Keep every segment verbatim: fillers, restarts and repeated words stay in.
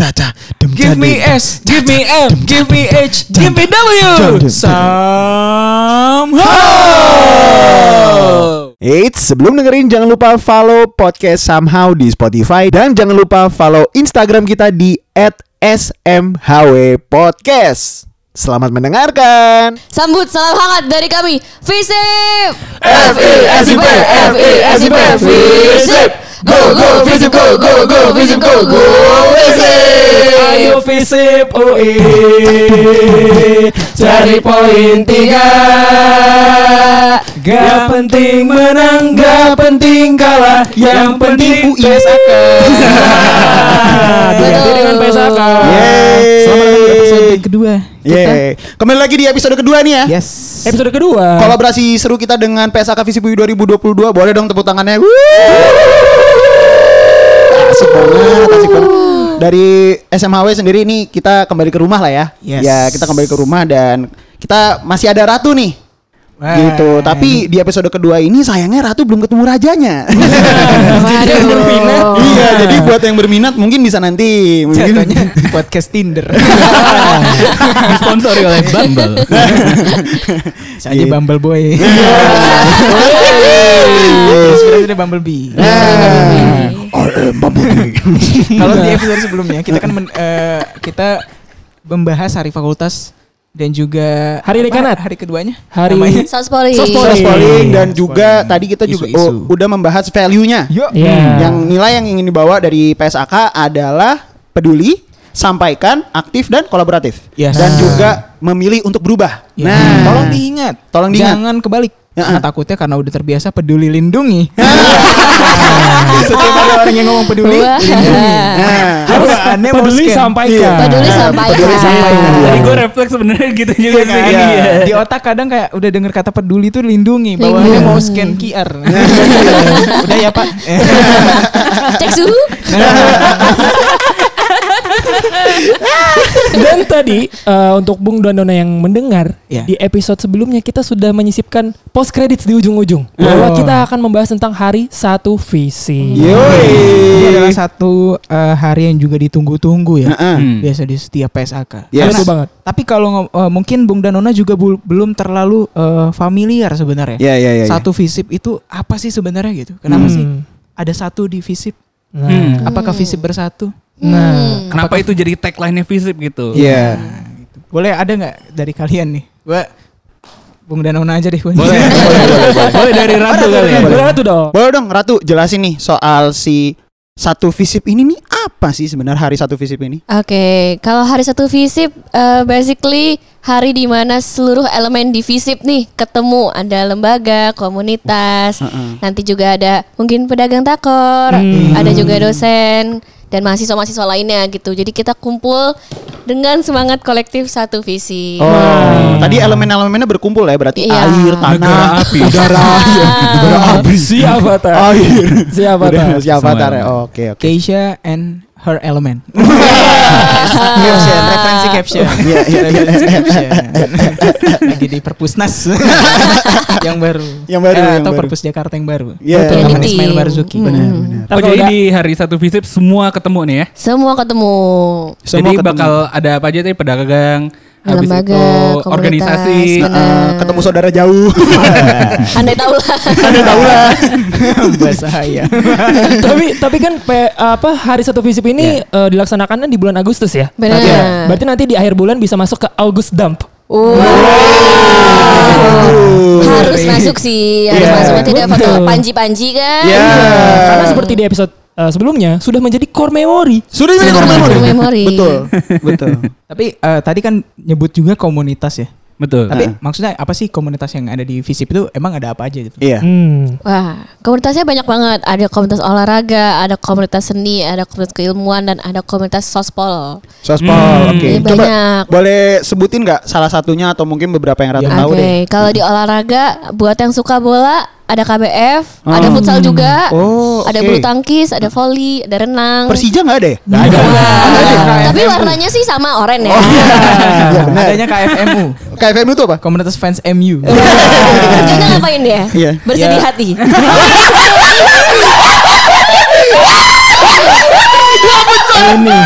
Give me S, give me M, give me H, give me W. Somehow. Eits, sebelum dengerin jangan lupa follow podcast Somehow di Spotify dan jangan lupa follow Instagram kita di et s m h w podcast. Selamat mendengarkan. Sambut salam hangat dari kami, Visip. F I S I P, F I S I P, Visip. Go go Visip, go go go Visip, go go Visip. Ayo Visip U I, cari poin tiga. Gak penting menang, gak penting kalah, yang penting P S A K. Diganti dengan P S A K. Selamat datang di episode kedua. Yeay. Kembali lagi di episode kedua nih ya. Yes. Episode kedua. Kolaborasi seru kita dengan P S A K Visip U I dua ribu dua puluh dua. Boleh dong tepuk tangannya. Wuh. Asik banget, asik banget. Dari S M H W sendiri nih kita kembali ke rumah lah ya. Yes. Ya, kita kembali ke rumah dan kita masih ada Ratu nih. Wah. Gitu. Tapi di episode kedua ini sayangnya Ratu belum ketemu rajanya. Waduh. Yang berminat. Iya, jadi buat yang berminat mungkin bisa nanti mungkin Jatuhnya podcast Tinder. Disponsori oleh Bumble. Saya Bumble Boy. Inspirasi dari Bumblebee. Kalau di episode sebelumnya kita kan men, uh, kita membahas hari fakultas dan juga Hari dekanat. Hari keduanya. Hari namanya? Sospoli. Sospoli dan juga Sospoli. tadi kita juga Isu-isu. oh, udah membahas value-nya. Yuk. Iya. Yang nilai yang ingin dibawa dari P S A K adalah peduli, sampaikan, aktif dan kolaboratif. Yes. Dan Nah. juga memilih untuk berubah. Ya. Nah, tolong diingat. Tolong diingat. Jangan kebalik. Ya, Karena ah. takutnya karena udah terbiasa peduli lindungi. Setiap ada orang yang ngomong peduli, Wah. lindungi. Nah, Harus aneh mau peduli scan. sampaikan. Iya. Peduli sampaikan. Peduli sampaikan. Jadi gue refleks sebenarnya gitu juga Iya sih. kan? Iya. Di otak kadang kayak udah denger kata peduli itu lindungi, Lindungi. bawaannya mau scan Q R. Udah ya Pak. Cek suhu. Dan tadi uh, untuk Bung Dandona yang mendengar Ya. di episode sebelumnya kita sudah menyisipkan post credits di ujung-ujung bahwa Oh. kita akan membahas tentang hari satu visi. Ini Yoi. adalah satu uh, hari yang juga ditunggu-tunggu ya. Heeh. Hmm. Biasa di setiap P S A K. Yes. Betul banget. Tapi kalau uh, mungkin Bung Danona juga bul- belum terlalu uh, familiar sebenarnya. Iya, iya, iya. Satu Visip itu apa sih sebenarnya gitu? Kenapa Hmm. sih ada satu di Visip? Nah, Apakah Visip bersatu? nah. Kenapa itu jadi tagline-nya Visip gitu? Iya. Boleh ada nggak dari kalian nih? Gua Bung Danona aja deh. Boleh, boleh, boleh, boleh dari Ratu kali ya. Boleh Ratu dong. Boleh dong Ratu jelasin nih soal si satu Visip ini nih apa sih sebenarnya hari satu Visip ini? Oke, kalau hari satu Visip, uh, basically hari di mana seluruh elemen di Visip nih ketemu. Ada lembaga, komunitas, Heeh. nanti juga ada mungkin pedagang takor, Hmm. ada juga dosen dan mahasiswa-mahasiswa lainnya gitu. Jadi kita kumpul dengan semangat kolektif satu visi. Oh, tadi elemen-elemennya berkumpul ya berarti Iya. air, tanah, Negara api. udara, udara api, Siapa tar? air. Siapa Udah, tar? siapa Semua tar? elemen. Oke, oke. Keisha and her element. Caption, referensi caption. Iya, iya, iya. Referensi caption. Lagi di Perpusnas yang baru. Yang baru, Eh, yang atau baru. Perpus Jakarta yang baru. Iya. Betul, dengan Unity. Ismail Marzuki. Hmm. Benar, benar. Oh, jadi di hari satu Visip semua ketemu nih ya? Semua ketemu. Semua jadi ketemu. bakal ada apa aja tadi pedagang, habis Lembaga, itu komunitas, organisasi. benar. Eh, ketemu saudara jauh. Andai tahu lah. Anda tahu lah. Bahasa saya. tapi tapi kan pe, apa hari satu Visip ini eh, dilaksanakannya di bulan Agustus ya. Benar. Berarti, berarti nanti di akhir bulan bisa masuk ke August Dump. Oh. Harus masuk sih, harus Iya. masuk. Tidak foto Betul. panji-panji kan? Iya. Karena seperti di episode eh, sebelumnya sudah menjadi core memory. Sudah jadi Sudah core memory. core memory. Betul. Betul. Tapi eh, tadi kan nyebut juga komunitas ya. Betul. Tapi Nah. maksudnya apa sih komunitas yang ada di Visip itu emang ada apa aja gitu? Iya. Hmm. Wah, komunitasnya banyak banget. Ada komunitas olahraga, ada komunitas seni, ada komunitas keilmuan, dan ada komunitas sospol. Sospol. Hmm. Oke. Ini Coba banyak. boleh sebutin nggak salah satunya atau mungkin beberapa yang Ratu Ya. tahu Oke, deh. kalau di olahraga, buat yang suka bola, ada K B F, Oh. ada futsal juga, Oh, ada oke. bulu tangkis, ada volley, ada renang. Persija nggak ada ya? Nggak ada. Wah, tapi warnanya sih sama oranye ya. Iya benar. Adanya K F M U, K F M itu apa? komunitas fans M U. Kerjanya ngapain dia? Iya. Bersedih Ya. hati. Ini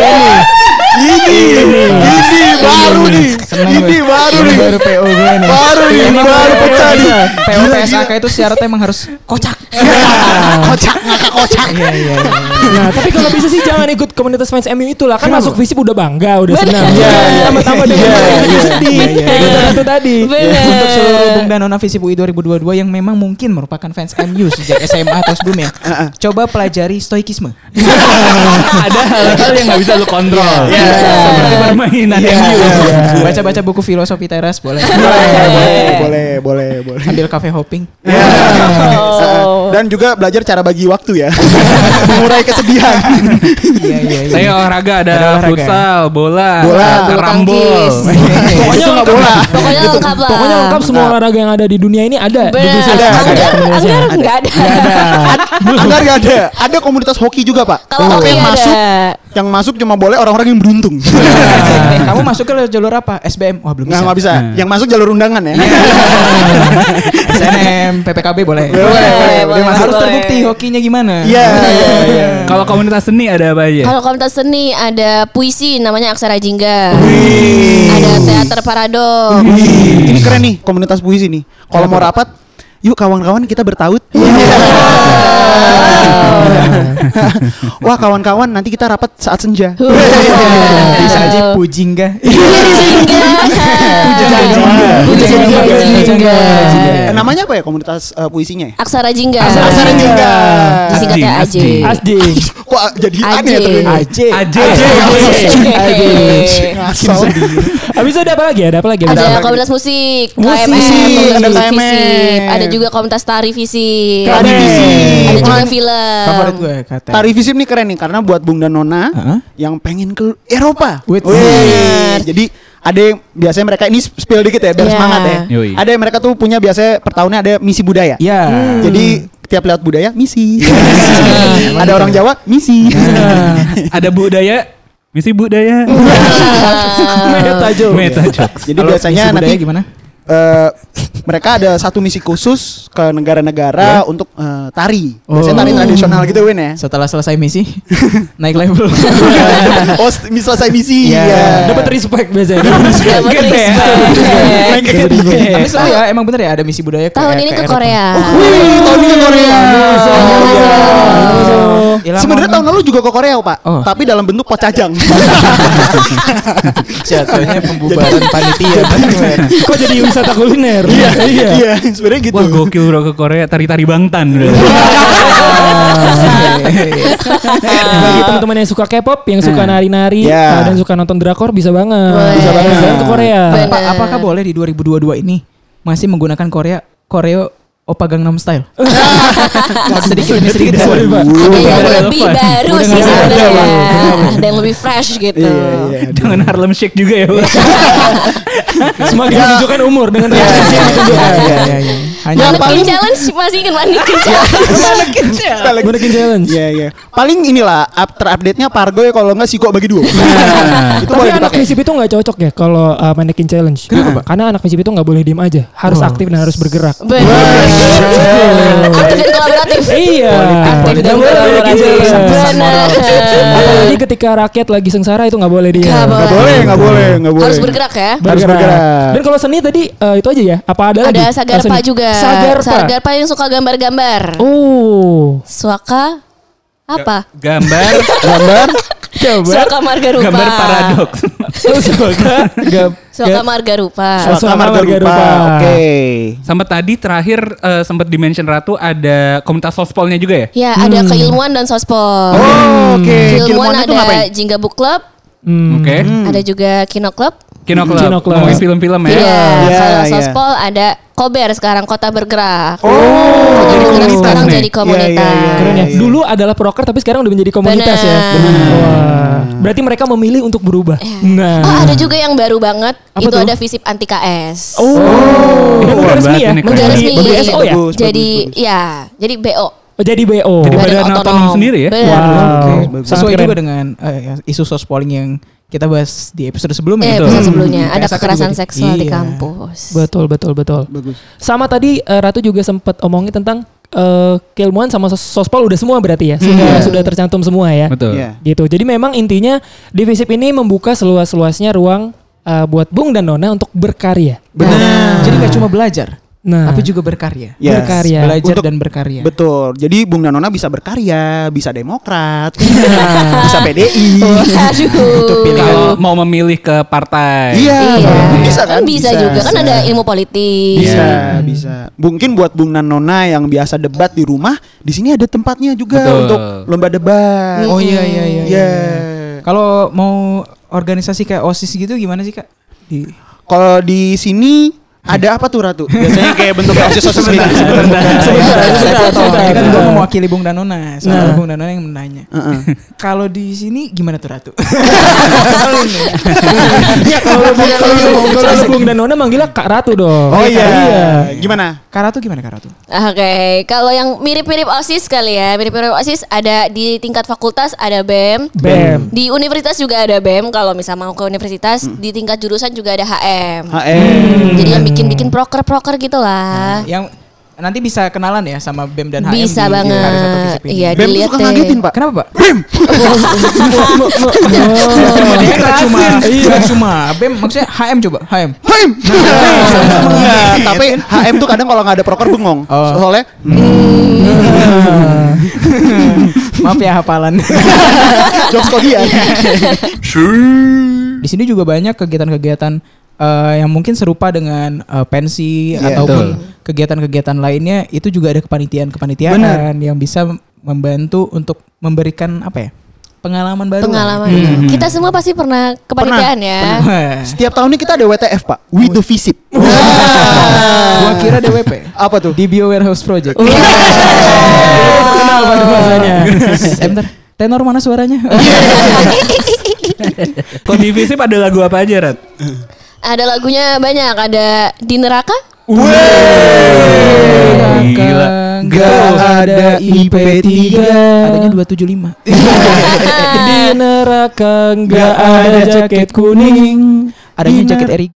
Ini, ini baru nih. Seneng Ini gue. baru Ini nih. baru P O gue nih. Baru nih, Ini baru pecah nih. P O P S A K itu syaratnya emang harus kocak. Kocak, ngakak kocak. Iya iya. iya. Nah, tapi kalau bisa sih jangan ikut komunitas fans M U itulah. Kan masuk Visip udah bangga, udah senang. Bener. Ya, tambah-tambah dengan Iya, yang iya, sedih. iya, iya. Kayak gitu satu tadi. Bener. Untuk seluruh Bung dan Nona Visip U I dua ribu dua puluh dua yang memang mungkin merupakan fans M U sejak S M A atau sebelumnya, coba pelajari stoikisme. Ada hal-hal yang nggak bisa lu kontrol. Iya. Seperti permainan M U. Baca-baca buku filosofi teras boleh. Boleh, boleh, boleh, boleh. Ambil cafe hopping. Oh. Dan juga belajar cara bagi waktu ya. Mengurai kesedihan. Iya iya iya. Saya olahraga ada, Ada olahraga. futsal, bola, Bola. Bulu karambol. tangkis. Pokoknya Itu nggak lengkap. bola. Pokoknya lengkap lah. Pokoknya lengkap semua olahraga yang ada di dunia ini ada. di Bener. Visip. Ada, ada. Anggar, Komunitasnya. anggar nggak ada. Anggar gak ada. Ada komunitas hoki juga, Pak. Kalau Tapi hoki yang ada. masuk, yang masuk cuma boleh orang-orang yang beruntung. Eh, kamu masuk ke jalur apa? S B M? Wah belum Nggak, bisa. nggak bisa. Yang masuk jalur undangan ya. S N M, P P K B boleh. Boleh, boleh, boleh, Harus boleh. terbukti hokinya gimana. Iya, iya, iya. Kalau komunitas seni ada apa aja? Kalau komunitas seni ada puisi namanya Aksara Jingga. Wih. Ada teater paradok. Ini keren nih komunitas puisi nih. Kalau mau rapat, yuk kawan-kawan kita bertaut. Wah kawan-kawan nanti kita rapat saat senja. Bisa aja pujingga. Pujangga. Eh, Namanya apa ya komunitas eh, puisinya ya? Aksara Jingga. Aksara Jingga. Disingkatnya A J. Asjing, Asjing. Kok jadi Aje. aneh ya terdengar? Aje. Aja. Ngasal. Habis itu ada apa lagi? Ada apa lagi? Ada apa komunitas musik, Musik. K M M, komunitas Ada musik K M M. Visip. Ada juga komunitas tari Visip. Tari Visip. Ada juga Wah, film. Favorit gue kata. Tari Visip nih keren nih karena buat Bung dan Nona Heeh. yang pengen ke Eropa. Wih. Wih. Jadi ada yang biasanya mereka ini spill dikit ya biar Iya. semangat ya. Yoi. Ada yang mereka tuh punya biasanya per tahunnya ada misi budaya. Iya. Jadi tiap lewat budaya misi. Ada orang Jawa misi. Ada budaya, misi budaya. Meta joke. Meta jokes. Jadi Kalau biasanya misi budaya nanti gimana? eh, mereka ada satu misi khusus ke negara-negara untuk eh, tari. Biasanya tari tradisional gitu Win ya. Setelah selesai misi naik level. Oh, mis selesai misi. Iya. Iya. Dapat respect biasanya. Dapat respect. Tapi seru ya, emang bener ya ada misi budaya ke- Tahun ini ke Eropa. Korea. Wih, tahun ini ke Korea. Ilham Sebenarnya Mohamad. tahun lalu juga ke Korea, Pak. Oh. Tapi dalam bentuk pocajang. Jatuhnya pembubaran panitia. Kok jadi wisata kuliner? Iya. Iya, sebenarnya gitu. Wah gokil bro ke Korea tari-tari bangtan. bro. Bagi teman-teman yang suka K-pop, yang suka nari-nari Ya. uh, dan suka nonton drakor bisa banget. Boleh. Bisa banget jalan ke Korea. Bener. Apa, apakah boleh di dua ribu dua puluh dua ini masih menggunakan Korea Koreo Oppa Gangnam Style? sedikit demi sedikit. Sorry, Pak. Ada yang Udah lebih relevan. baru Udah sih nggak ada, sebenarnya. Ada yang lebih fresh gitu. Iya, iya. Jangan Harlem Shake juga ya. Bro. Semakin menunjukkan umur dengan Iya, referensi yang ditunjukkan. Iya iya iya. Hanya Ya, Mannequin paling- challenge masih ingat mannequin challenge. Mannequin challenge. Iya, iya. Paling inilah up terupdate-nya Pargo ya kalau enggak Siko bagi dua. Itu Tapi boleh anak dipakai. Visip itu nggak cocok ya kalau uh, mannequin challenge. Kenapa? Karena anak Visip itu nggak boleh diem aja, harus aktif dan harus bergerak. Benar. Aktif dan kolaboratif. Iya. Aktif dan Nggak boleh mannequin kolaboratif. challenge. Benar. Apalagi ketika rakyat lagi sengsara itu nggak boleh dia. Nggak Enggak boleh, enggak boleh, enggak boleh. Harus bergerak ya. Harus bergerak. Dan kalau seni tadi uh, itu aja ya? Apa ada, lagi? Ada Sagarpa Seni? juga. Sagarpa. Sagarpa yang suka gambar-gambar. Oh. Suaka apa? Gambar, Gambar. Coba. Suaka Marga Rupa. gambar paradoks. Oh, suka. Gam. Suaka Marga Rupa. Suaka Suaka Marga Marga Rupa. Rupa. Oke. Sama tadi terakhir eh, sempat dimention Ratu ada komunitas softballnya juga ya? Ya, ada keilmuan dan sospol. Oh, oke. Keilmuan Keilmuan itu ada ngapain? Jingga Book Club, Hmm. Oke. ada juga Kino Club. Kino Club. Kino Club. Ngomongin film-film ya. Iya, Iya, kalau iya. sospol ada Kober sekarang Kota Bergerak. Oh, Kota jadi Bergerak komunitas sekarang nih. jadi komunitas. Iya, iya, iya. Keren ya. Dulu adalah proker tapi sekarang udah menjadi komunitas ya. Benar. Wah. Berarti mereka memilih untuk berubah. Nah. Oh, ada juga yang baru banget. Apa itu tuh? ada Visip Anti K S. Oh. Ini Wah, udah resmi berat ya? ini, keren. Udah Menjadi resmi. B S O ya? Bagus, Jadi bagus, bagus. ya, jadi B O. Oh, jadi B O. Jadi badan otonom sendiri ya? Benar. Wow. Oke. Sangat Sesuai keren. juga dengan eh, ya, isu sospolling yang kita bahas di episode sebelumnya. Eh, Betul. episode sebelumnya Hmm. ada P S A K kekerasan juga. seksual di Iya. kampus. Betul, betul, betul. Bagus. Sama tadi eh, Ratu juga sempat omongin tentang uh, keilmuan sama sos- sospol udah semua berarti ya. Sudah Hmm. sudah tercantum semua ya. Betul. Iya. Gitu. Jadi memang intinya di FISIP ini membuka seluas-luasnya ruang uh, buat Bung dan Nona untuk berkarya. Benar. Jadi gak cuma belajar, Nah, tapi juga berkarya. Yes. berkarya. Belajar Untuk- dan berkarya. Betul. Jadi Bung dan Nona bisa berkarya, bisa Demokrat, bisa P D I. Aduh. Kalau mau memilih ke partai. Iya, Iya. bisa kan? bisa, juga kan ada ilmu politik. Bisa, bisa. Mungkin buat Bung dan Nona yang biasa debat di rumah, di sini ada tempatnya juga Betul. untuk lomba debat. Oh iya iya iya. Iya. Kalau mau organisasi kayak OSIS gitu gimana sih Kak? Di Kalau di sini ada apa tuh Ratu? Biasanya kayak bentuk osis-osis gitu. Ini kan gue mewakili Bung Danona, soalnya Bung Danona yang menanya. Heeh. Kalau di sini gimana tuh Ratu? Ya kalau Bung kalau Bung dan Nona manggilnya Kak Ratu dong. Oh iya. Gimana? Kak Ratu gimana Kak Ratu? Oke, kalau yang mirip-mirip OSIS kali ya, mirip-mirip OSIS ada di tingkat fakultas ada B E M, B E M. di universitas juga ada B E M. Kalau misal mau ke universitas, di tingkat jurusan juga ada H M. H M. Jadi yang bikin-bikin proker-proker gitulah. Yang nanti bisa kenalan ya sama B E M dan H M Bisa di banget. Hari Satu Fisip ini. Iya, B E M tuh dilihat suka deh. ngagetin Pak. Kenapa Pak? B E M. Kita cuma kita cuma B E M maksudnya H M coba H M. H M. Enggak, tapi H M tuh kadang kalau nggak ada proker bengong. Oh. Soalnya Maaf ya hafalan. jokes kodian. Di sini juga banyak kegiatan-kegiatan eh, yang mungkin serupa dengan eh, pensi Iya, ataupun betul. kegiatan-kegiatan lainnya. Itu juga ada kepanitiaan-kepanitiaan yang bisa membantu untuk memberikan apa ya, pengalaman baru. Pengalaman. Hmm. Kita semua pasti pernah kepanitiaan ya. Wah, Setiap tahun ini kita ada W T F Pak, with the FISIP. gua kira D W P. Apa tuh? Di Bio Warehouse Project. Kenal pada bahasanya. Eh bentar, tenor mana suaranya? Kalau di FISIP ada lagu apa aja, Rat? Ada lagunya banyak, ada Di Neraka. Gila. Gak ada I P tiga. Adanya dua tujuh lima. Di neraka nggak ada jaket kuning. Adanya Di jaket ner- Eric.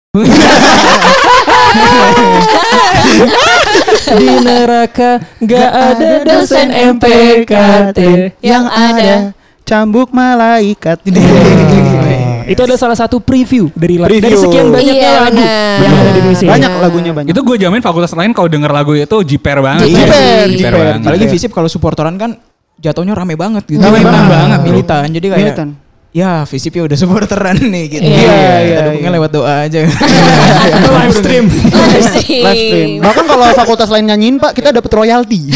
Di neraka nggak ada dosen M P K T. Yang ada cambuk malaikat. Itu adalah salah satu preview dari la- dari Preview. sekian banyaknya Iya, lagu benar. yang ada di Indonesia. Banyak lagunya banyak. Itu gue jamin fakultas lain kalau denger lagu itu jiper banget. Jiper, Jiper, jiper. banget. Apalagi Visip kalau supporteran kan jatuhnya rame banget gitu. Rame Militan banget. militan. Jadi kayak Militan. ya Visip ya udah supporteran nih gitu. Iya, iya, Kita iya. dukungnya lewat doa aja. Live stream. live stream. Live stream. Bahkan kalau fakultas lain nyanyiin Pak, kita dapat royalti.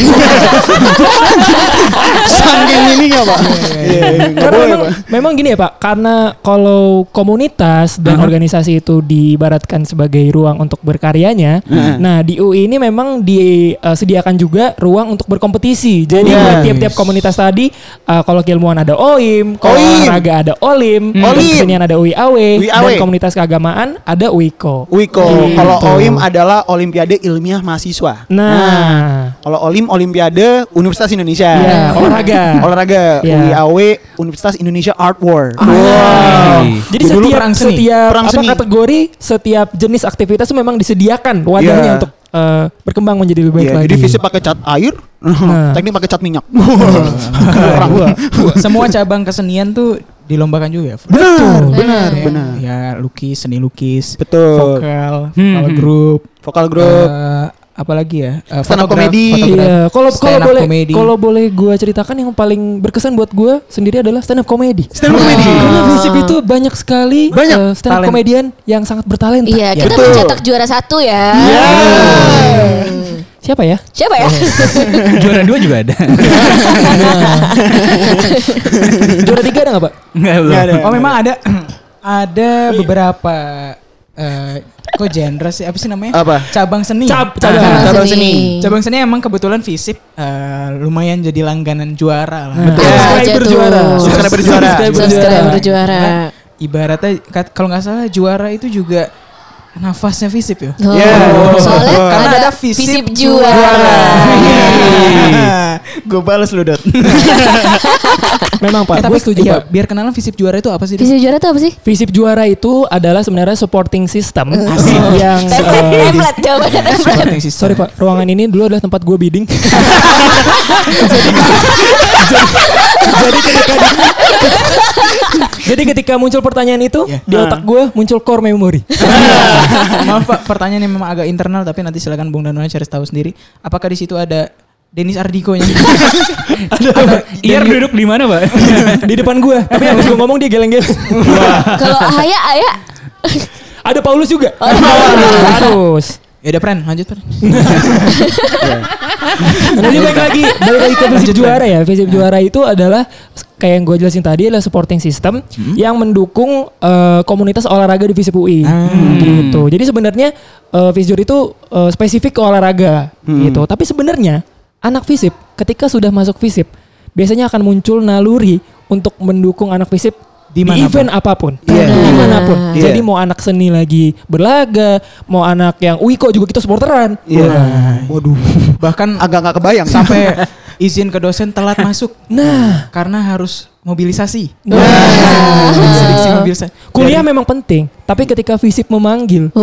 Saking ini nggak Pak? Iya, nggak Karena boleh memang, Pak. memang gini ya Pak, karena kalau komunitas dan organisasi itu diibaratkan sebagai ruang untuk berkaryanya, nah di U I ini memang disediakan juga ruang untuk berkompetisi. Jadi Yes. buat tiap-tiap komunitas tadi, uh, kalau keilmuan ada O I M, kalau O I M. olahraga ada O L I M, Hmm. untuk O I M. kesenian ada U I A W, U I A W. dan komunitas keagamaan ada U I K O. Wiko, Gitu. kalau O I M adalah Olimpiade Ilmiah Mahasiswa. Nah, Kalau O L I M Olimpiade Universitas Indonesia. Iya, olahraga. Olahraga. Iya. U I A W Universitas Indonesia Art War. Wow. Jadi Dulu setiap perang seni. setiap Perang apa seni. kategori, setiap jenis aktivitas itu memang disediakan wadahnya Iya. untuk eh, berkembang menjadi lebih baik Iya, lagi. jadi fisik pakai cat air, Nah. teknik pakai cat minyak. Orang gua. Semua cabang kesenian tuh dilombakan juga ya. Benar, benar, Ya, benar. Ya lukis, seni lukis, Betul. vokal, Hmm, vokal hmm. grup, Vokal grup. eh, apa lagi ya? Eh, Stand up fotograf- comedy. fotograf, Iya, kalau kalau stand up boleh comedy. kalau boleh gua ceritakan yang paling berkesan buat gua sendiri adalah stand up comedy. Stand up comedy. Karena FISIP itu banyak sekali Banyak eh, stand up talent. komedian yang sangat bertalenta. Iya, kita Betul. mencetak juara satu ya. Iya. Hmm. Siapa ya? Siapa ya? Juara dua juga ada. Juara tiga ada nggak Pak? Enggak, belum. Nggak ada. Oh memang ada ada beberapa eh kok genre sih apa sih namanya? Apa? Cabang seni. Cab- Ah, cabang- cabang seni. Cabang seni emang kebetulan Visip eh, lumayan jadi langganan juara lah. Betul. Ah, Subscriber jatuh. juara. Subscriber juara. Subscriber Subscriber juara. juara. Nah, ibaratnya kat- kalau nggak salah juara itu juga Nafasnya Visip ya. Oh, Yeah. soalnya Oh. Karena ada, ada Visip Visip juara. Gue balas lu Dot. Memang Pak, Eh, tapi gue setuju iya, Pak. biar kenalan Visip juara itu apa sih? Dot? Visip juara itu apa sih? Visip juara itu adalah sebenarnya supporting system yang eh, Template jawabannya template. Supporting system. sorry Pak, ruangan ini dulu adalah tempat gue bidding. jadi, jadi ketika jadi ketika muncul pertanyaan itu Yeah. di otak gue muncul core memory. Maaf Pak, pertanyaan yang memang agak internal tapi nanti silakan Bung Danona cari tahu sendiri. Apakah di situ ada Denis Ardiko-nya? Iar duduk di mana, Pak? Di depan gue. Tapi habis gue ngomong dia geleng-geleng. Kalau Aya Aya Ada Paulus juga. Oh, ada Paulus. Harus. Ya udah Pren, lanjut Pren. Jadi balik lagi, balik lagi ke Visip juara ya. Visip juara itu adalah kayak yang gue jelasin tadi adalah supporting system yang mendukung eh, komunitas olahraga di Visip U I. Gitu. Jadi sebenarnya uh, Visjur itu eh, spesifik ke olahraga gitu. Tapi sebenarnya anak Visip ketika sudah masuk Visip biasanya akan muncul naluri untuk mendukung anak Visip di Dimanapun. event apapun, Iya. dimanapun. Iya. Jadi mau anak seni lagi berlaga, mau anak yang Wiko juga kita supporteran. Iya. Waduh. Bahkan Agak nggak kebayang. sampai izin ke dosen telat masuk. Nah, Karena harus mobilisasi. Nah. Seleksi mobilisasi. kuliah memang penting, tapi ketika Visip memanggil,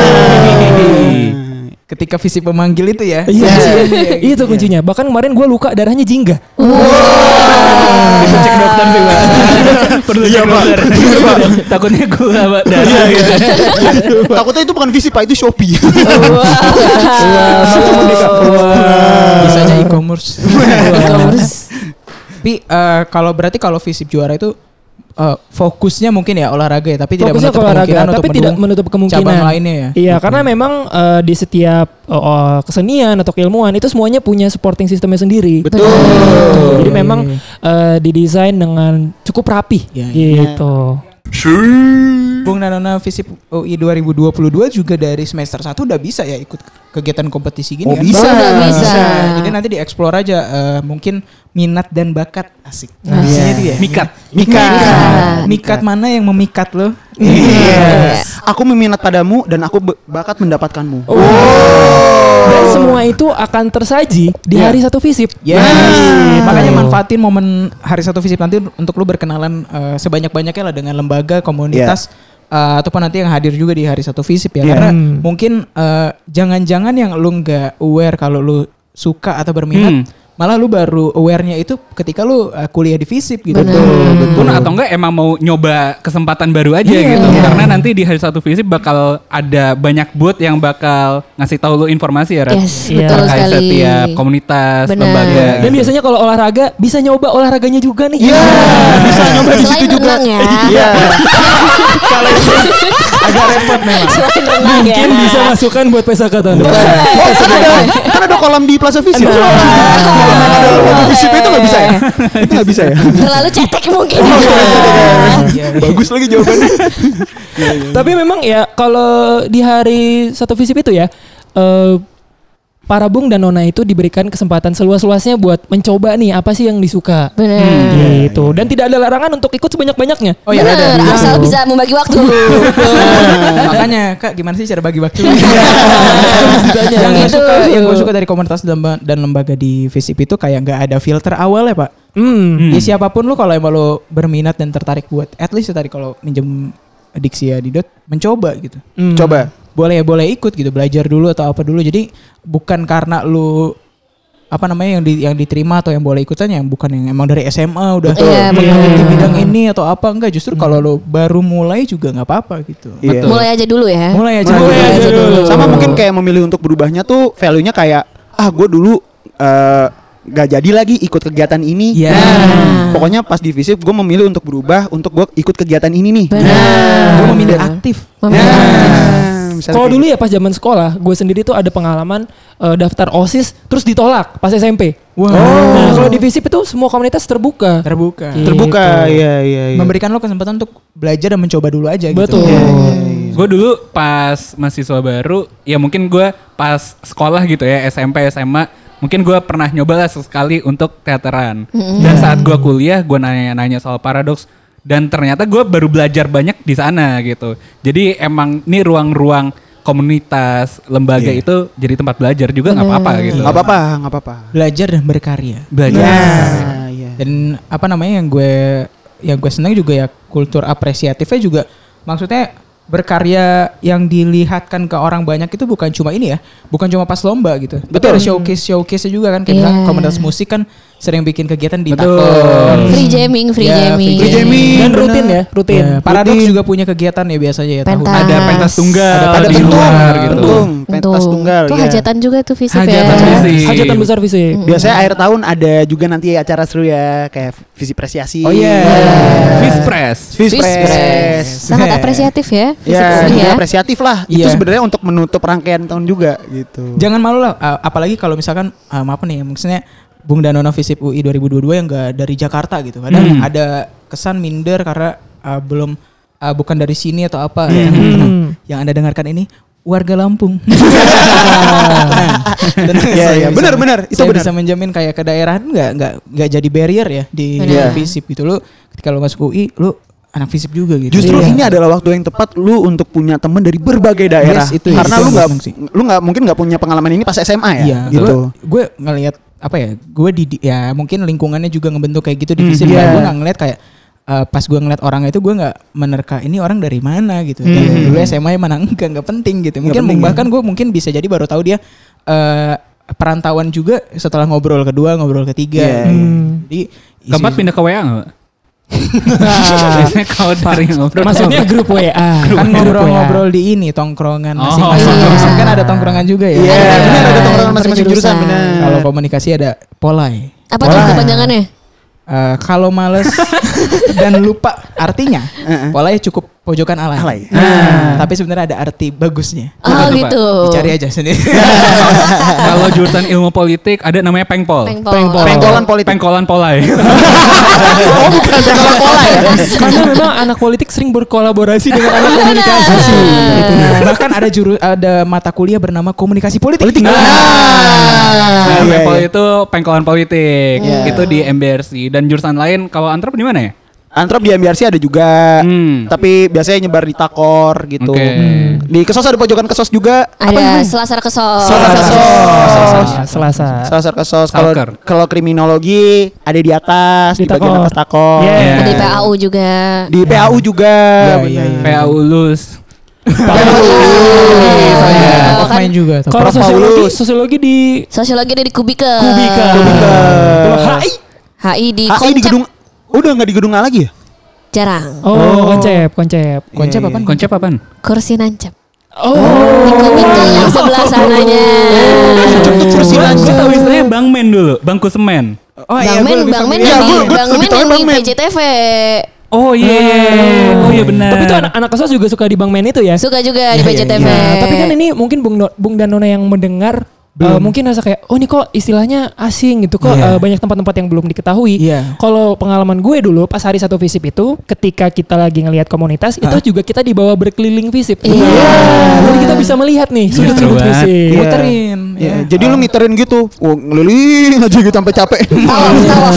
Ketika Visip memanggil itu ya. iya, Iya. itu kuncinya. Bahkan kemarin gue luka darahnya jingga. Itu cek dokter sih, Pak. Perlu cek dokter. Takutnya gue, Pak. Darah gitu. Takutnya itu bukan visi Pak, itu Shopee. Bisa aja e-commerce. e-commerce. Tapi eh, kalau berarti kalau Visip juara itu eh, fokusnya mungkin ya olahraga ya, tapi tidak Fokusnya menutup ke olahraga, kemungkinan tapi untuk tidak mendukung menutup kemungkinan. cabang lainnya ya. Iya, karena memang eh, di setiap eh, oh, kesenian atau keilmuan itu semuanya punya supporting sistemnya sendiri. Betul. Gitu. Jadi memang eh, didesain dengan cukup rapi Iya, gitu. Bung Danona Visip U I dua ribu dua puluh dua juga dari semester satu udah bisa ya ikut kegiatan kompetisi gini Oh, kan? bisa. Udah bisa. Jadi nanti dieksplor aja eh, mungkin minat dan bakat asik. Nah. Isinya itu ya. Mikat. Mikat. Mikat mana yang memikat lo? Iya. Aku meminat padamu dan aku be- bakat mendapatkanmu. Dan semua itu akan tersaji di Iya. hari satu Visip. Yes. Gitu. Makanya manfaatin momen hari satu Visip nanti untuk lu berkenalan eh, sebanyak-banyaknya lah dengan lembaga, komunitas eh, ataupun nanti yang hadir juga di hari satu Visip ya. Iya. Karena Hmm. mungkin eh, jangan-jangan yang lu nggak aware kalau lu suka atau berminat, Hmm. malah lu baru awarenya itu ketika lu eh, kuliah di Visip gitu. Benar. Pun atau enggak emang mau nyoba kesempatan baru aja Iya. gitu. Iya. Karena nanti di hari satu Visip bakal ada banyak booth yang bakal ngasih tahu lu informasi ya, Rat. Yes, Iya. betul Terkait sekali. setiap komunitas, Benar. lembaga. Dan biasanya kalau olahraga bisa nyoba olahraganya juga nih. Iya. Bisa nyoba di Selain situ juga. renang ya. Iya. Kalau itu agak repot memang. Selain renang ya. Mungkin bisa masukkan buat pesaka tahun depan. Oh, kan ada, kan ada kolam di Plaza Visip. Ada Visip itu nggak bisa ya? Itu nggak bisa ya? Terlalu cetek mungkin. Bagus lagi jawabannya. Tapi memang ya kalau di hari satu Visip itu ya eh, para Bung dan Nona itu diberikan kesempatan seluas-luasnya buat mencoba nih apa sih yang disuka. Benar. Gitu. Dan tidak ada larangan untuk ikut sebanyak-banyaknya. Oh iya ada. Benar, asal bisa membagi waktu. Makanya Kak gimana sih cara bagi waktu? Yang yang gue itu. suka, yang gue suka dari komunitas dan lemba- dan lembaga di Visip itu kayak nggak ada filter awal ya Pak. Hmm. Ya siapapun lu kalau emang lu berminat dan tertarik buat, at least ya tadi kalau minjem diksi ya di dot mencoba gitu. Hmm. Coba. Boleh ya boleh ikut gitu, belajar dulu atau apa dulu. Jadi bukan karena lu apa namanya yang di, yang diterima atau yang boleh ikutan yang bukan yang emang dari S M A udah Iya, mengalir di betul. bidang ini atau apa enggak, justru kalau lu baru mulai juga nggak apa-apa gitu. Iya. Mulai aja dulu ya. Mulai aja. Mulai dulu. aja dulu. Sama mungkin kayak memilih untuk berubahnya tuh value-nya kayak ah gue dulu eh, gak jadi lagi ikut kegiatan ini. Iya. Nah, pokoknya pas di Visip gue memilih untuk berubah untuk gue ikut kegiatan ini nih. Benar. Gue memilih Benar. aktif. Memilih Nah, aktif. misalnya Kalau kayak dulu ya pas zaman sekolah, gue sendiri tuh ada pengalaman eh, daftar OSIS terus ditolak pas S M P. Wah. Nah, kalau di Visip itu semua komunitas terbuka. Terbuka. Gitu. terbuka, iya iya iya. Memberikan lo kesempatan untuk belajar dan mencoba dulu aja gitu. Betul. Iya, iya, iya. Gue dulu pas mahasiswa baru, ya mungkin gue pas sekolah gitu ya, S M P, S M A, mungkin gue pernah nyoba lah sesekali untuk teateran. Dan saat gue kuliah, gue nanya-nanya soal paradoks, Dan ternyata gue baru belajar banyak di sana gitu. Jadi emang ini ruang-ruang komunitas, lembaga Yeah. itu jadi tempat belajar juga nggak apa-apa gitu. Nggak apa-apa, nggak apa-apa. Belajar dan berkarya. Belajar. Ya, ya. Dan apa namanya yang gue yang gue senang juga ya kultur apresiatifnya juga, maksudnya berkarya yang dilihatkan ke orang banyak itu bukan cuma ini ya, bukan cuma pas lomba gitu. Tapi Betul. ada showcase showcase juga kan, kayak Yeah. misalnya komunitas musik kan sering bikin kegiatan di Betul. Takon. Free jamming, free Ya, jamming. free jamming. Dan bener. rutin ya, rutin. Ya, Paradox Rutin. juga punya kegiatan ya biasanya ya tahun. Pentas. Ada pentas tunggal Ada di pentung, luar gitu. pentung, pentas Tuh. tunggal. Tuh ya. hajatan juga tuh visip Hajatan ya. visip. Hajatan besar visip. Biasanya akhir tahun ada juga nanti acara seru ya, kayak visi apresiasi. Oh iya. Fispres. Visipres. Visipres. Sangat apresiatif ya. Ya, visip ya, ya. apresiatif lah. Itu Iya. sebenarnya untuk menutup rangkaian tahun juga gitu. Jangan malu lah, uh, apalagi kalau misalkan um, apa nih, maksudnya Bung Danono Visip U I dua ribu dua puluh dua yang enggak dari Jakarta gitu. Kadang Hmm. ada kesan minder karena uh, belum uh, bukan dari sini atau apa. Yeah. Tenang, tenang. Hmm. Yang Anda dengarkan ini warga Lampung. Iya, iya, benar-benar, itu Saya benar. bisa menjamin kayak ke daerah enggak enggak enggak jadi barrier ya di Benar. Visip gitu. Lu ketika lu masuk U I, lu anak Visip juga gitu. Justru Iya. ini adalah waktu yang tepat lu untuk punya teman dari berbagai daerah. Yes, itu- Karena itu lu yang nggak gua seneng sih. lu nggak mungkin nggak punya pengalaman ini pas S M A ya. Iya, gitu. Gue ngelihat apa ya? Gue di di- ya mungkin lingkungannya juga ngebentuk kayak gitu di Hmm, Visip. iya. Gue nggak ngeliat kayak uh, pas gue ngeliat orang itu gue nggak menerka ini orang dari mana gitu. Dan Hmm. dulu S M A mana enggak nggak penting gitu. Mungkin penting, bahkan gue mungkin bisa jadi baru tahu dia uh, perantauan juga setelah ngobrol kedua, ngobrol ketiga. Iya, gitu. iya. Jadi Keempat isi- pindah ke W A nggak? Biasanya kalau dari ngobrol. Maksudnya grup W A. kan Grup ngobrol-ngobrol di ini tongkrongan Oh. masing-masing Iya. jurusan kan ada tongkrongan juga ya. Iya, Ada benar ada tongkrongan per masing-masing jurusan jurusan. benar. Kalau komunikasi ada polai. Apa tuh kepanjangannya? Eh, kalau males dan lupa artinya, Heeh. polanya cukup pojokan alay. Alay. Nah, tapi sebenarnya ada arti bagusnya. Oh Apa tuh, Pak? gitu. Dicari aja sendiri. Kalau jurusan ilmu politik ada namanya pengpol. Pengpol. Pengpol. Pengkolan politik. Pengkolan polai. Oh, bukan pengkolan pola ya. Karena memang anak politik sering berkolaborasi dengan anak komunikasi. Gitu. Bahkan ada juru ada mata kuliah bernama komunikasi politik. Politik. Nah, Ah, iya, pengpol iya. itu pengkolan politik. Iya. Itu di M B R C dan jurusan lain kalau antrop di mana ya? Antrop di M B R C ada juga. Hmm. Tapi biasanya nyebar di Takor gitu. Oke. Hmm. Di Kesos ada pojokan Kesos juga. Ada Selasar Kesos. Selasar Kesos. Selasa. Selasar Kesos. Kalau Salker. kalau kriminologi ada di atas, di, Di bagian Takor. atas Takor. Yeah. Iya. Di P A U juga. Di P A U juga. Iya, benar. iya, iya. P A U Lus. Iya, Top kan main juga. Top. Kalau Prof. sosiologi, Paulus. sosiologi di Sosiologi ada di Kubika. Kubika. Kubika. Kalau H I? H I di H I di Konsep. gedung. Udah nggak di gedung A lagi ya? Jarang. Oh, konsep, konsep. Konsep Iya, apa? Konsep apaan? Kursi nancep. Oh. Di Kubika yang sebelah sananya. Kursi Gue nancep. tahu istilahnya bangmen dulu, bangku semen. Oh Bang Men, Bang Men Iya, yang di gua- gua Bang lebih Men tahu yang Bang di Men. P J T V. Oh iya, oh iya benar. Tapi itu anak, anak kesos juga suka di Bang Men itu ya? Suka juga di Iya, P J T V. iya, Nah, tapi kan ini mungkin Bung, No- Bung dan Nona yang mendengar eh, mungkin rasa kayak oh ini kok istilahnya asing gitu kok Iya. eh, banyak tempat-tempat yang belum diketahui. Iya. Kalau pengalaman gue dulu pas hari satu visip itu ketika kita lagi ngelihat komunitas Hah? itu juga kita dibawa berkeliling visip. Iya. Jadi kita bisa melihat nih sudut-sudut banget. visip. Iya. Muterin. Iya, Ya. jadi lu ngiterin gitu. Oh, ngeliling aja gitu sampai capek. Tawaf, tawaf.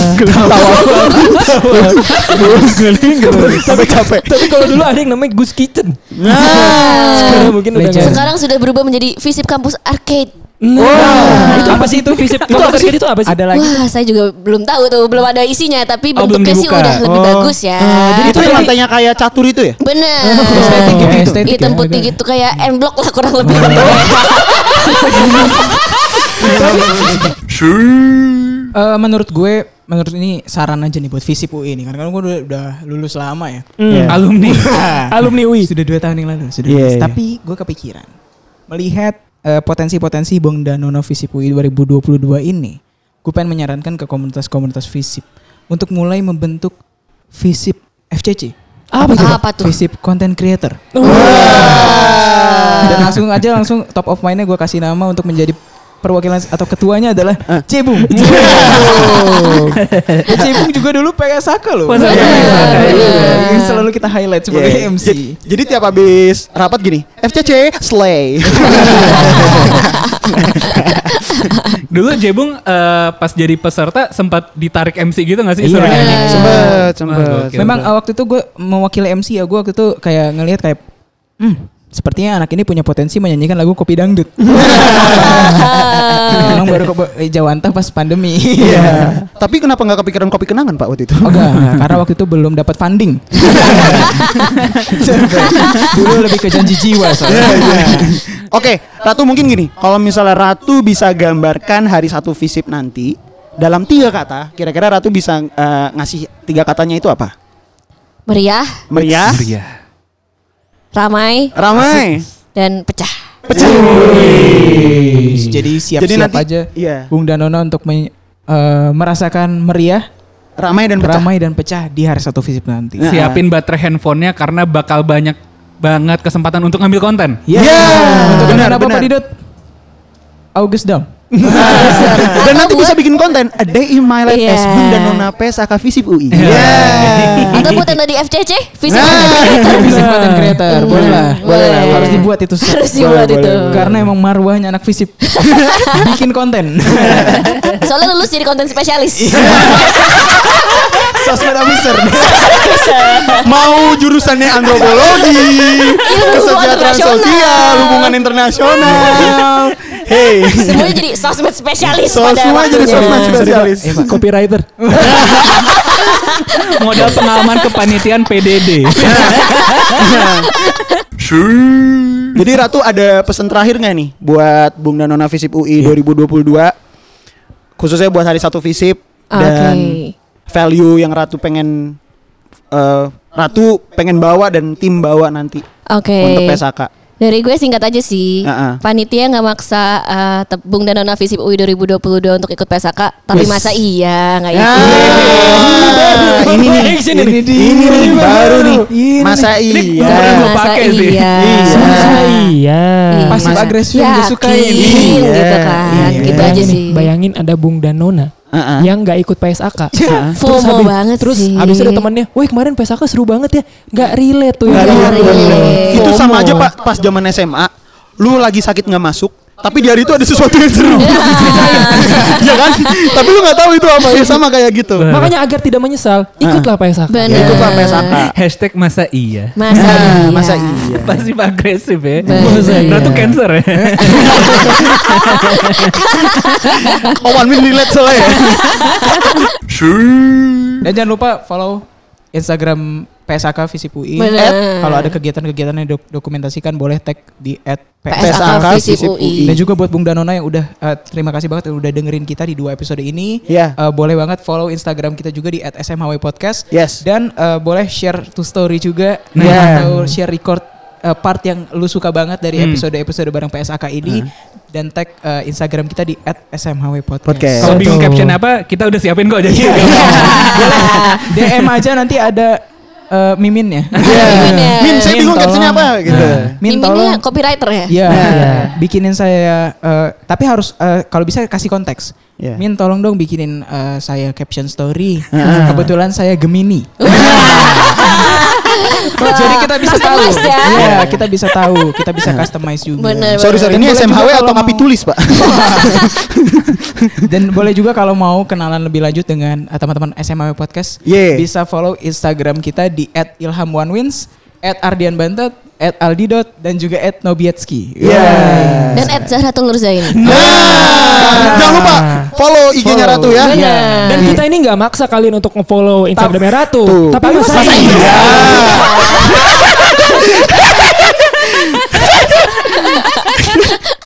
Terus ngeliling gitu sampai capek. Tapi kalau dulu ada yang namanya Gus Kitchen. Nah, Sekarang mungkin udah Legend. nggak. Sekarang sudah berubah menjadi Visip Kampus Arcade. Nah, itu apa sih itu visip? Itu apa sih? Itu apa sih? Ada lagi. Wah, saya juga belum tahu tuh, belum ada isinya, tapi Oh, belum bentuknya sih dibuka. udah lebih Oh. bagus ya. jadi itu yang lantainya kayak catur itu ya? Bener. Estetik gitu, estetik Hitam ya, putih agak. gitu kayak M Block lah kurang lebih. Eh, menurut gue, menurut ini saran aja nih buat Visip U I ini, karena gue udah, udah lulus lama ya. Hmm. Alumni. Alumni U I. Sudah dua tahun yang lalu, sudah Iya, lulus. iya. Tapi gue kepikiran melihat eh, potensi-potensi Bung Danono Visip U I dua ribu dua puluh dua ini, gue pengen menyarankan ke komunitas-komunitas Visip untuk mulai membentuk Visip F C C. Apa tuh? Apa tuh? Visip Content Creator. Ah. Dan langsung aja langsung top of mind-nya gue kasih nama untuk menjadi perwakilan atau ketuanya adalah Ah. Cebung. Cebung juga dulu P S H K loh. Masa iya? Yang selalu kita highlight sebagai Iya. M C. Jadi, jadi tiap habis rapat gini, F C C slay. Dulu Jebung uh, pas jadi peserta sempat ditarik M C gitu gak sih? Iya. Suruh nyanyi? Sempet, sempet. Wah, gokil. Memang uh, waktu itu gue mewakili M C ya, gue waktu itu kayak ngelihat kayak, hmm, sepertinya anak ini punya potensi menyanyikan lagu kopi dangdut. Memang baru ke Jawanta pas pandemi. Iya. Tapi kenapa nggak kepikiran kopi kenangan Pak waktu itu? Oh enggak, karena waktu itu belum dapat funding. Dulu lebih ke janji jiwa soalnya. Oke, Ratu mungkin gini, kalau misalnya Ratu bisa gambarkan hari satu FISIP nanti dalam tiga kata, kira-kira Ratu bisa uh, ngasih tiga katanya itu apa? Meriah, Meriah, Meriah. ramai, ramai, dan pecah. pecah. Jadi siap-siap Jadi nanti- aja iya. Bung Danono untuk men- eh, merasakan meriah, Ramai dan pecah. ramai dan pecah di hari satu FISIP nanti. Nah. Siapin baterai handphonenya karena bakal banyak banget kesempatan untuk ngambil konten. Ya, Ya, untuk benar, apa benar. Pak Didot? August Dam. Dan nanti bisa bikin konten A Day in My Life Iya. as Bunda Nona P S A K FISIP U I. Iya. Yeah. Atau buat yang tadi F C C, visi Nah. content creator. Fisip content creator, boleh lah. Boleh lah, boleh. Harus dibuat itu. Harus dibuat Boleh, itu. boleh. Karena emang marwahnya anak Fisip. Bikin konten. Soalnya lulus jadi konten spesialis. Sosmed officer. Mau jurusannya antropologi, kesejahteraan internasional. sosial, hubungan internasional. Hey, Semuanya jadi sosmed spesialis So- pada semua jadi waktunya. sosmed spesialis. Copywriter. Modal pengalaman kepanitiaan P D D. Jadi Ratu ada pesan terakhir nggak nih buat Bung dan Nona FISIP U I dua ribu dua puluh dua, khususnya buat hari satu FISIP dan Oke. value yang Ratu pengen eh, Ratu pengen bawa dan tim bawa nanti Oke. untuk P S A K. Dari gue singkat aja sih. Uh-uh. Panitia nggak maksa uh, te- Bung dan Nona FISIP U I dua ribu dua puluh dua untuk ikut P S A K, tapi Yes. masa iya nggak Ya, ikut? ini nih, Action ini, ini. nih, ini nih baru nih. Ini Masa Ini iya? baru gua Masa pakai sih. iya. Iya. Masa iya. Iya. Pasif Masa- agresif yang disukain. Yakin Iya. gitu kan. Iya. Gitu aja Bayangin sih. nih, bayangin ada Bung dan Nona Uh-uh. yang nggak ikut P S A K. FOMO habis- banget terus sih. habis ada temannya, "Woi, kemarin P S A K seru banget ya." Nggak relate tuh. Nggak yang Nggak relate, relate. bener. Itu FOMO. sama aja Pak pas zaman S M A, lu lagi sakit nggak masuk, tapi di hari itu ada sesuatu yang seru. Ya kan? Tapi lu nggak tahu itu apa, ya sama kayak gitu. Makanya agar tidak menyesal, ikutlah P S A K. Bener. Ikutlah P S A K. Hashtag masa iya. Masa Nah, iya. masa iya. Pasif agresif ya. Bener. Masa iya. Ratu cancer ya. Oh, one minute relate soalnya ya. Dan jangan lupa follow Instagram P S A K FISIP U I. Bener. At, kalau ada kegiatan-kegiatan yang dok- dokumentasikan boleh tag di at P S A K FISIP U I. Dan juga buat Bung Danona yang udah uh, terima kasih banget yang udah dengerin kita di dua episode ini. Iya. Uh, boleh banget follow Instagram kita juga di at S M H W Podcast. Yes. Dan uh, boleh share to story juga Iya. atau share record uh, part yang lu suka banget dari Hmm. episode-episode bareng P S A K ini dan tag uh, Instagram kita di at S M H W Podcast. Podcast. Kalau bingung Betul. caption apa, kita udah siapin kok jadi. D M aja nanti ada uh, miminnya. Miminnya. Min, saya bingung Min, captionnya tolong. apa gitu. Min Miminnya tolong. copywriter ya? Iya, Nah. bikinin saya. eh, tapi harus eh, kalau bisa kasih konteks. Iya. Min, tolong dong bikinin eh, saya caption story. Ah. Kebetulan saya Gemini. Jadi kita bisa tahu. Customize ya. Iya, kita bisa tahu. Kita bisa customize juga. Bener. Sorry sorry, Dan ini boleh S M H W juga atau kalau Kapi mau- tulis Pak? Dan boleh juga kalau mau kenalan lebih lanjut dengan eh, teman-teman S M H W Podcast, Yeah. bisa follow Instagram kita di at ilham one wins, at ardian bantet, at aldidot, dan juga at nobietski. Iya. Dan Ed Zahratul Nurzain. Nah, jangan lupa follow I G-nya Follow. Ratu ya. Bener. Iya. Dan kita ini nggak maksa kalian untuk nge-follow Instagramnya Ratu, Tuh. tapi masa iya. iya.